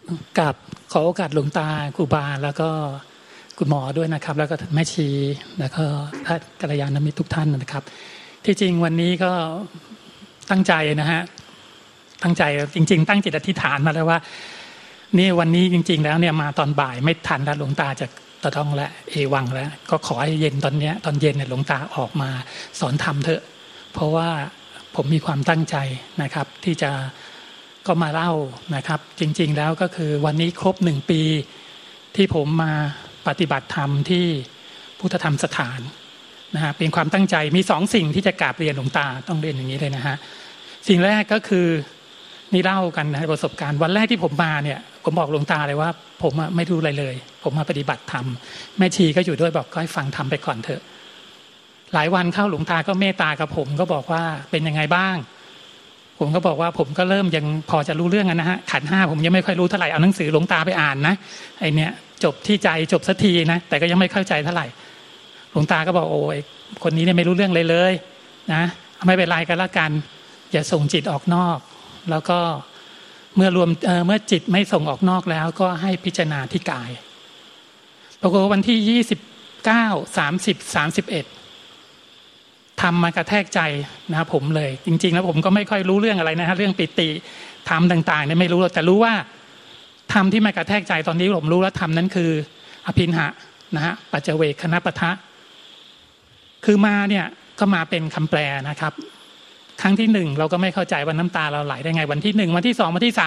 กับขอโอกาสหลวงตาครูบาแล้วก็คุณหมอด้วยนะครับแล้วก็แม่ชีแล้วก็ท่านกัลยาณมิตรทุกท่านนะครับที่จริงวันนี้ก็ตั้งใจนะฮะตั้งใจจริงๆตั้งจิตอธิษฐานมาแล้วว่านี่วันนี้จริงๆแล้วเนี่ยมาตอนบ่ายไม่ทันแล้วหลวงตาจะต้องและเอวังแล้วก็ขอให้เย็นตอนเย็นเนี่ยหลวงตาออกมาสอนธรรมเถอะเพราะว่าผมมีความตั้งใจนะครับที่จะก็มาเล่านะครับจริงๆแล้วก็คือวันนี้ครบ1 ปีที่ผมมาปฏิบัติธรรมที่พุทธธรรมสถานนะฮะเป็นความตั้งใจมี2 สิ่งที่จะกราบเรียนหลวงตาต้องเรียนอย่างนี้เลยนะฮะสิ่งแรกก็คือนี่เล่ากันนะประสบการณ์วันแรกที่ผมมาเนี่ยผมบอกหลวงตาเลยว่าผมไม่รู้อะไรเลยผมมาปฏิบัติธรรมแม่ชีก็อยู่ด้วยบอกก็ให้ฟังธรรมไปก่อนเถอะหลายวันเข้าหลวงตาก็เมตตากับผมก็บอกว่าเป็นยังไงบ้างผมก็บอกว่าผมก็เริ่มยังพอจะรู้เรื่องนะฮะขันธ์ 5ผมยังไม่ค่อยรู้เท่าไหร่เอาหนังสือหลวงตาไปอ่านนะไอเนี้ยจบที่ใจจบสักทีนะแต่ก็ยังไม่เข้าใจเท่าไหร่หลวงตาก็บอกโอ้ยคนนี้เนี่ยไม่รู้เรื่องเลยนะไม่เป็นไรกันละกันอย่าส่งจิตออกนอกแล้วก็เมื่อจิตไม่ส่งออกนอกแล้วก็ให้พิจารณาที่กายปรากฏวันที่29 30 31ทำมากระแทกใจนะผมเลยจริงๆแล้วผมก็ไม่ค่อยรู้เรื่องอะไรนะฮะเรื่องปิติธรรมต่างๆเนี่ยไม่รู้แต่รู้ว่าธรรมที่มากระแทกใจตอนนี้ผมรู้แล้วธรรมนั้นคืออภินหะนะฮะปัจเจเวคคณปทะคือมาเนี่ยก็มาเป็นคำแปลนะครับครั้งที่1เราก็ไม่เข้าใจว่าน้ำตาเราไหลได้ไงวันที่1วันที่2วันที่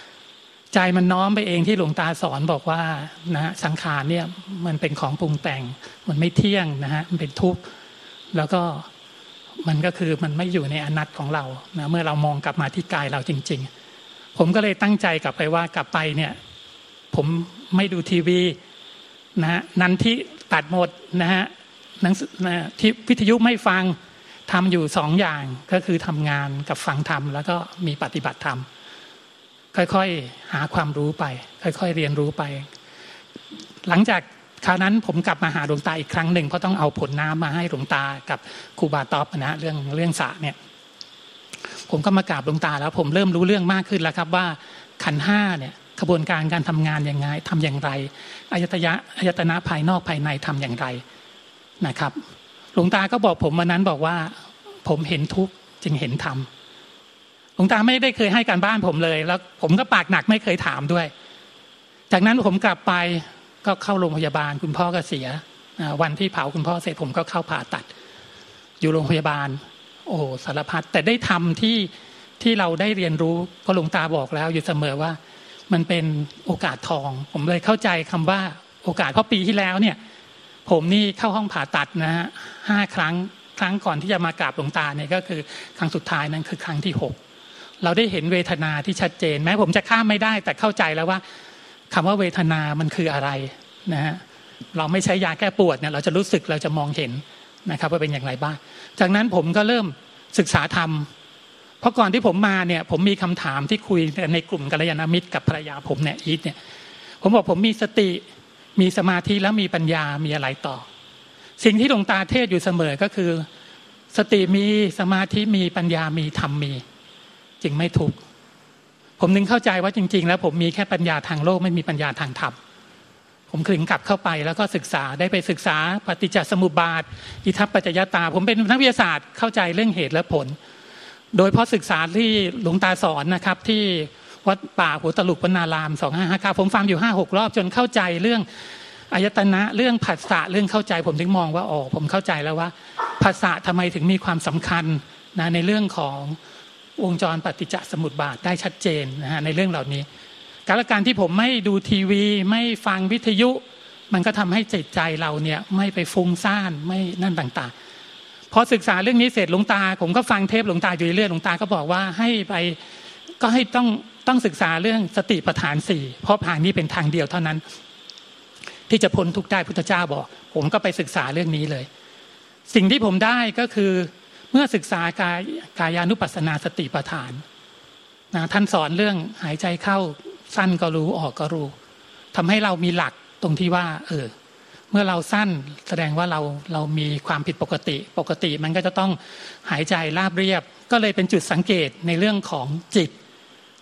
3ใจมันน้อมไปเองที่หลวงตาสอนบอกว่านะสังขารเนี่ยมันเป็นของปรุงแต่งมันไม่เที่ยงนะฮะมันเป็นทุกข์แล้วก็มันก็คือมันไม่อยู่ในอนัตของเรานะเมื่อเรามองกลับมาที่กายเราจริงๆผมก็เลยตั้งใจกลับไปว่ากลับไปเนี่ยผมไม่ดูทีวีนะฮะนันทิตัดหมดนะฮะที่วิทยุไม่ฟังทำอยู่2 อย่างก็คือทำงานกับฟังธรรมแล้วก็มีปฏิบัติธรรมค่อยๆหาความรู้ไปค่อยๆเรียนรู้ไปหลังจากคราวนั้นผมกลับมาหาหลวงตาอีกครั้งหนึ่งเพราะต้องเอาผลน้ำมาให้หลวงตากับครูบาต๊อบนะเรื่องสระเนี่ยผมก็มากราบหลวงตาแล้วผมเริ่มรู้เรื่องมากขึ้นแล้วครับว่าขันธ์ 5เนี่ยกระบวนการการทำงานยังไงทำอย่างไรอายตนะภายนอกภายในทำอย่างไรนะครับหลวงตาก็บอกผมวันนั้นบอกว่าผมเห็นทุกข์จึงเห็นธรรมหลวงตาไม่ได้เคยให้การบ้านผมเลยแล้วผมก็ปากหนักไม่เคยถามด้วยจากนั้นผมกลับไปก็เข้าโรงพยาบาลคุณพ่อก็เสียวันที่เผาคุณพ่อเสร็จผมก็เข้าผ่าตัดอยู่โรงพยาบาลโอ้สารพัดแต่ได้ทำที่เราได้เรียนรู้เพราะหลวงตาบอกแล้วอยู่เสมอว่ามันเป็นโอกาสทองผมเลยเข้าใจคำว่าโอกาสเพราะปีที่แล้วเนี่ยผมนี่เข้าห้องผ่าตัดนะฮะ5 ครั้งก่อนที่จะมากราบหลวงตาเนี่ยก็คือครั้งสุดท้ายนั้นคือครั้งที่6เราได้เห็นเวทนาที่ชัดเจนแม้ผมจะข้ามไม่ได้แต่เข้าใจแล้วว่าคำว่าเวทนามันคืออะไรนะฮะเราไม่ใช้ยาแก้ปวดเนี่ยเราจะรู้สึกเราจะมองเห็นนะครับว่าเป็นอย่างไรบ้างจากนั้นผมก็เริ่มศึกษาธรรมเพราะก่อนที่ผมมาเนี่ยผมมีคำถามที่คุยในกลุ่มกัลยาณมิตรกับภรรยาผมเนี่ยอีทเนี่ยผมบอกผมมีสติมีสมาธิแล้วมีปัญญามีอะไรต่อสิ่งที่หลวงตาเทศอยู่เสมอก็คือสติมีสมาธิมีปัญญามีธรรมมีจึงไม่ทุกข์ผมนึงเข้าใจว่าจริงๆแล้วผมมีแค่ปัญญาทางโลกไม่มีปัญญาทางธรรมผมถึงกลับเข้าไปแล้วก็ศึกษาได้ไปศึกษาปฏิจจสมุปบาทอิทัปปัจจยตาผมเป็นนักวิทยาศาสตร์เข้าใจเรื่องเหตุและผลโดยเพราะศึกษาที่หลวงตาสอนนะครับที่วัดป่าหัวตลุกวนาราม2559ผมฟังอยู่ 5-6 รอบจนเข้าใจเรื่องอายตนะเรื่องผัสสะเรื่องเข้าใจผมถึงมองว่าอ๋อผมเข้าใจแล้วว่าผัสสะทำไมถึงมีความสำคัญนะในเรื่องของวงจรปฏิจจสมุปบาทได้ชัดเจนนะฮะในเรื่องเหล่านี้การที่ผมไม่ดูทีวีไม่ฟังวิทยุมันก็ทำให้จิตใจเราเนี่ยไม่ไปฟุ้งซ่านไม่นั่นต่างๆพอศึกษาเรื่องนี้เสร็จหลวงตาผมก็ฟังเทปหลวงตาอยู่เรื่อยหลวงตาก็บอกว่าให้ไปก็ให้ต้องศึกษาเรื่องสติปัฏฐาน4เพราะทางนี้เป็นทางเดียวเท่านั้นที่จะพ้นทุกข์ได้พุทธเจ้าบอกผมก็ไปศึกษาเรื่องนี้เลยสิ่งที่ผมได้ก็คือเมื่อศึกษากายานุปัสสนาสติปัฏฐานนะท่านสอนเรื่องหายใจเข้าสั้นก็รู้ออกก็รู้ทำให้เรามีหลักตรงที่ว่าเมื่อเราสั้นแสดงว่าเรามีความผิดปกติมันก็จะต้องหายใจราบเรียบก็เลยเป็นจุดสังเกตในเรื่องของจิต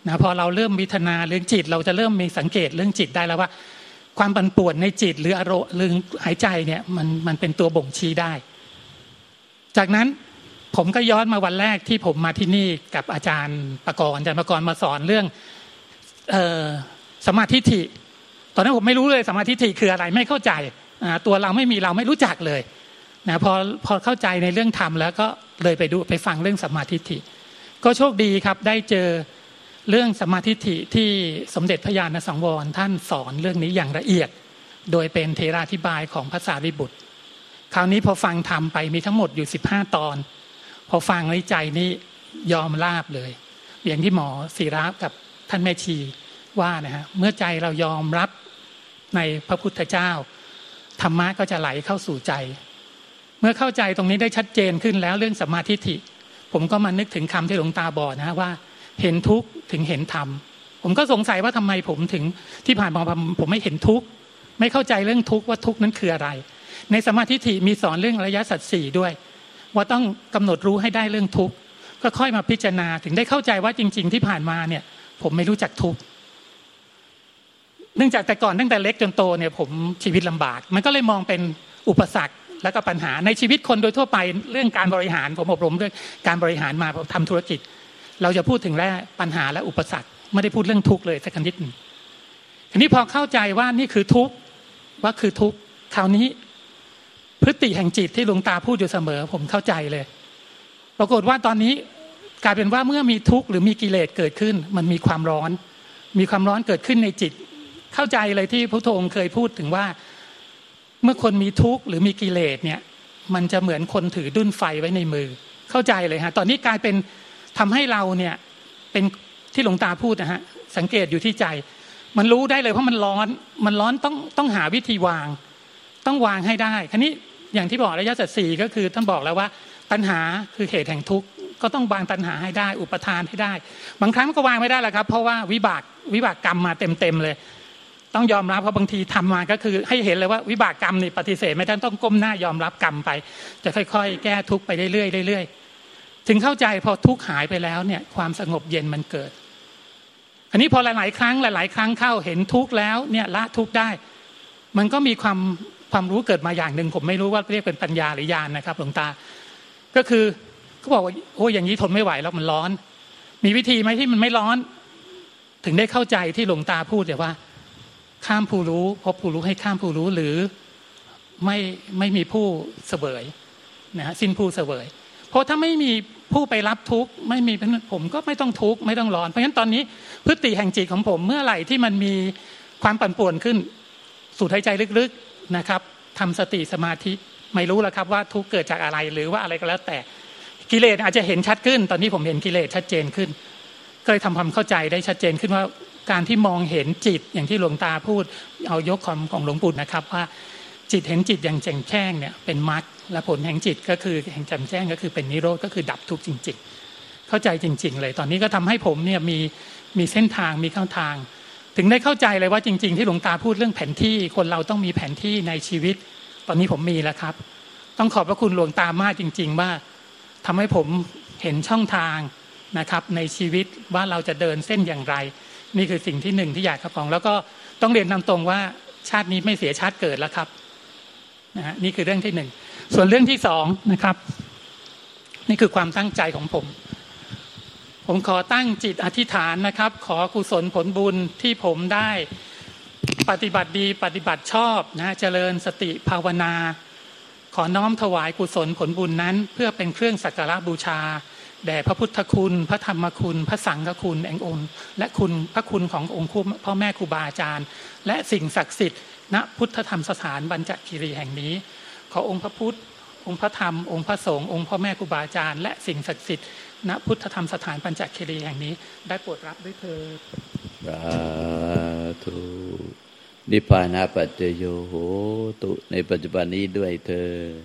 นะพอเราเริ่มวิทนาเรื่องจิตเราจะเริ่มมีสังเกตเรื่องจิตได้แล้วว่าความปั่นป่วนในจิตหรืออารมณ์หรือหายใจเนี่ยมันเป็นตัวบ่งชี้ได้จากนั้นผมก็ย้อนมาวันแรกที่ผมมาที่นี่กับอาจารย์อาจารย์ประกรณ์มาสอนเรื่องสมาธิิตอนนั้นผมไม่รู้เลยสมาธิิคืออะไรไม่เข้าใจตัวเราไม่มีเราไม่รู้จักเลยนะพอเข้าใจในเรื่องธรรมแล้วก็เลยไปฟังเรื่องสมาธิิก็โชคดีครับได้เจอเรื่องสมาธิิที่สมเด็จพระญาณสังวรท่านสอนเรื่องนี้อย่างละเอียดโดยเป็นเทราธิบายของพระสารีบุตรคราวนี้พอฟังธรรมไปมีทั้งหมดอยู่15ตอนพอฟังในใจนี้ยอมราบเลยอย่างที่หมอศิระกับท่านแม่ชีว่านะฮะเมื่อใจเรายอมรับในพระพุทธเจ้าธรรมะก็จะไหลเข้าสู่ใจเมื่อเข้าใจตรงนี้ได้ชัดเจนขึ้นแล้วเรื่องสัมมาทิฏฐิผมก็มานึกถึงคำที่หลวงตาบอกนะว่าเห็นทุกข์ถึงเห็นธรรมผมก็สงสัยว่าทำไมผมถึงที่ผ่านมาผมไม่เห็นทุกข์ไม่เข้าใจเรื่องทุกข์ว่าทุกข์นั้นคืออะไรในสัมมาทิฏฐิมีสอนเรื่องอริยสัจสี่ด้วยว่าต้องกำหนดรู้ให้ได้เรื่องทุกข์ก็ค่อยมาพิจารณาถึงได้เข้าใจว่าจริงๆที่ผ่านมาเนี่ยผมไม่รู้จักทุกข์เนื่องจากแต่ก่อนตั้งแต่เล็กจนโตเนี่ยผมชีวิตลำบากมันก็เลยมองเป็นอุปสรรคและก็ปัญหาในชีวิตคนโดยทั่วไปเรื่องการบริหารผมอบรมเรื่องการบริหารมาผมทำธุรกิจเราจะพูดถึงแค่ปัญหาและอุปสรรคไม่ได้พูดเรื่องทุกข์เลยสักนิดนึงทีนี้พอเข้าใจว่านี่คือทุกข์ว่าคือทุกข์คราวนี้พฤติแห่งจิตที่หลวงตาพูดอยู่เสมอผมเข้าใจเลยปรากฏว่าตอนนี้กลายเป็นว่าเมื่อมีทุกข์หรือมีกิเลสเกิดขึ้นมันมีความร้อนเกิดขึ้นในจิตเข้าใจเลยที่พระพุทธองค์เคยพูดถึงว่าเมื่อคนมีทุกข์หรือมีกิเลสเนี่ยมันจะเหมือนคนถือดุ้นไฟไว้ในมือเข้าใจเลยฮะตอนนี้กลายเป็นทำให้เราเนี่ยเป็นที่หลวงตาพูดนะฮะสังเกตอยู่ที่ใจมันรู้ได้เลยเพราะมันร้อนต้องหาวิธีวางต้องวางให้ได้คราวนี้อย่างที่บอกอริยสัจสี่ก็คือท่านบอกแล้วว่าตัณหาคือเหตุแห่งทุกข์ก็ต้องวางตัณหาให้ได้อุปทานให้ได้บางครั้งก็วางไม่ได้แหละครับเพราะว่าวิบากกรรมมาเต็มเลยต้องยอมรับเพราะบางทีทำมาก็คือให้เห็นเลยว่าวิบากกรรมนี่ปฏิเสธไม่ได้ต้องก้มหน้ายอมรับกรรมไปจะค่อยๆแก้ทุกข์ไปเรื่อยๆถึงเข้าใจพอทุกข์หายไปแล้วเนี่ยความสงบเย็นมันเกิดอันนี้พอหลายๆครั้งเข้าเห็นทุกข์แล้วเนี่ยละทุกข์ได้มันก็มีความรู้เกิดมาอย่างหนึ่งผมไม่รู้ว่าเรียกเป็นปัญญาหรือญาณนะครับหลวงตาก็คือเขาบอกว่าโอ้อย่างนี้ทนไม่ไหวแล้วมันร้อนมีวิธีไหมที่มันไม่ร้อนถึงได้เข้าใจที่หลวงตาพูดเนี่ยว่าข้ามผู้รู้พบผู้รู้ให้ข้ามผู้รู้หรือไม่มีผู้เสวยนะฮะสิ้นผู้เสวยเพราะถ้าไม่มีผู้ไปรับทุกข์ไม่มีผมก็ไม่ต้องทุกข์ไม่ต้องร้อนเพราะฉะนั้นตอนนี้พฤติแห่งจิตของผมเมื่อไหร่ที่มันมีความปั่นป่วนขึ้นสูดหายใจลึกๆนะครับทำสติสมาธิไม่รู้แล้วครับว่าทุกข์เกิดจากอะไรหรือว่าอะไรก็แล้วแต่กิเลสอาจจะเห็นชัดขึ้นตอนนี้ผมเห็นกิเลสชัดเจนขึ้นก็เลยทำความเข้าใจได้ชัดเจนขึ้นว่าการที่มองเห็นจิตอย่างที่หลวงตาพูดเอายกของหลวงปู่นะครับว่าจิตเห็นจิตอย่างแจ่มแจ้งเนี่ยเป็นมรรคและผลแห่งจิตก็คือแห่งแจ่มแจ้งก็คือเป็นนิโรธก็คือดับทุกข์จริงๆเข้าใจจริงๆเลยตอนนี้ก็ทำให้ผมเนี่ยมีเส้นทางมีเข้าทางถึงได้เข้าใจเลยว่าจริงๆที่หลวงตาพูดเรื่องแผนที่คนเราต้องมีแผนที่ในชีวิตตอนนี้ผมมีแล้วครับต้องขอบพระคุณหลวงตามากจริงๆว่าทำให้ผมเห็นช่องทางนะครับในชีวิตว่าเราจะเดินเส้นอย่างไรนี่คือสิ่งที่หนึ่งที่อยากกระปองแล้วก็ต้องเรียนตามตรงว่าชาตินี้ไม่เสียชาติเกิดแล้วครับนะฮะนี่คือเรื่องที่หนึ่งส่วนเรื่องที่สองนะครับนี่คือความตั้งใจของผมขอตั้งจิตอธิษฐานนะครับขอกุศลผลบุญที่ผมได้ปฏิบัติดีปฏิบัติชอบนะเจริญสติภาวนาขอน้อมถวายกุศลผลบุญนั้นเพื่อเป็นเครื่องสักการะบูชาแด่พระพุทธคุณพระธรรมคุณพระสังฆคุณแห่งองค์และพระคุณขององค์พ่อแม่ครูบาอาจารย์และสิ่งศักดิ์สิทธิ์ณพุทธธรรมสถานบัญจคีรีแห่งนี้ขอองค์พระพุทธองค์พระธรรมองค์พระสงฆ์องค์พ่อแม่ครูบาอาจารย์และสิ่งศักดิ์สิทธิ์ณพุทธธรรมสถานปัญจคีรีแห่งนี้ได้โปรดรับด้วยเถิดสาธุนิพพานาปัจจโยโหตุในปัจจุบันนี้ด้วยเถิด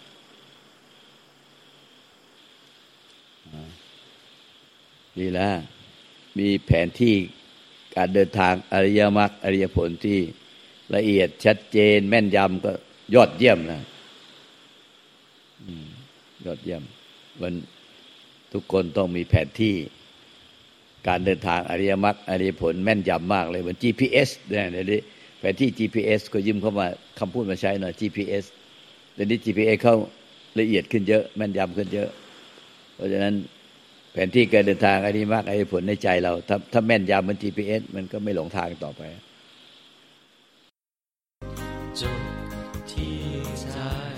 นี่ละมีแผนที่การเดินทางอริยมรรคอริยผลที่ละเอียดชัดเจนแม่นยำก็ยอดเยี่ยมนะยอดเยี่ยมวันทุกคนต้องมีแผนที่การเดินทางอริยมรรคอริยผลแม่นยำมากเลยเหมือน GPS เนี่ยเดี๋ยวนี้แผนที่ GPS ก็ยืมเข้ามาคำพูดมาใช้หน่อย GPS เดี๋ยวนี้ GPS เข้าละเอียดขึ้นเยอะแม่นยำขึ้นเยอะเพราะฉะนั้นแผนที่การเดินทางอริยมรรคอริยผลในใจเราถ้าแม่นยำเหมือน GPS มันก็ไม่หลงทางต่อไปจบที่ใจ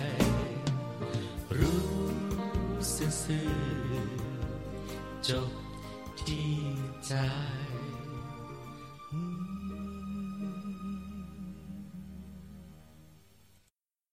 รู้ซื่อจบที่ใจ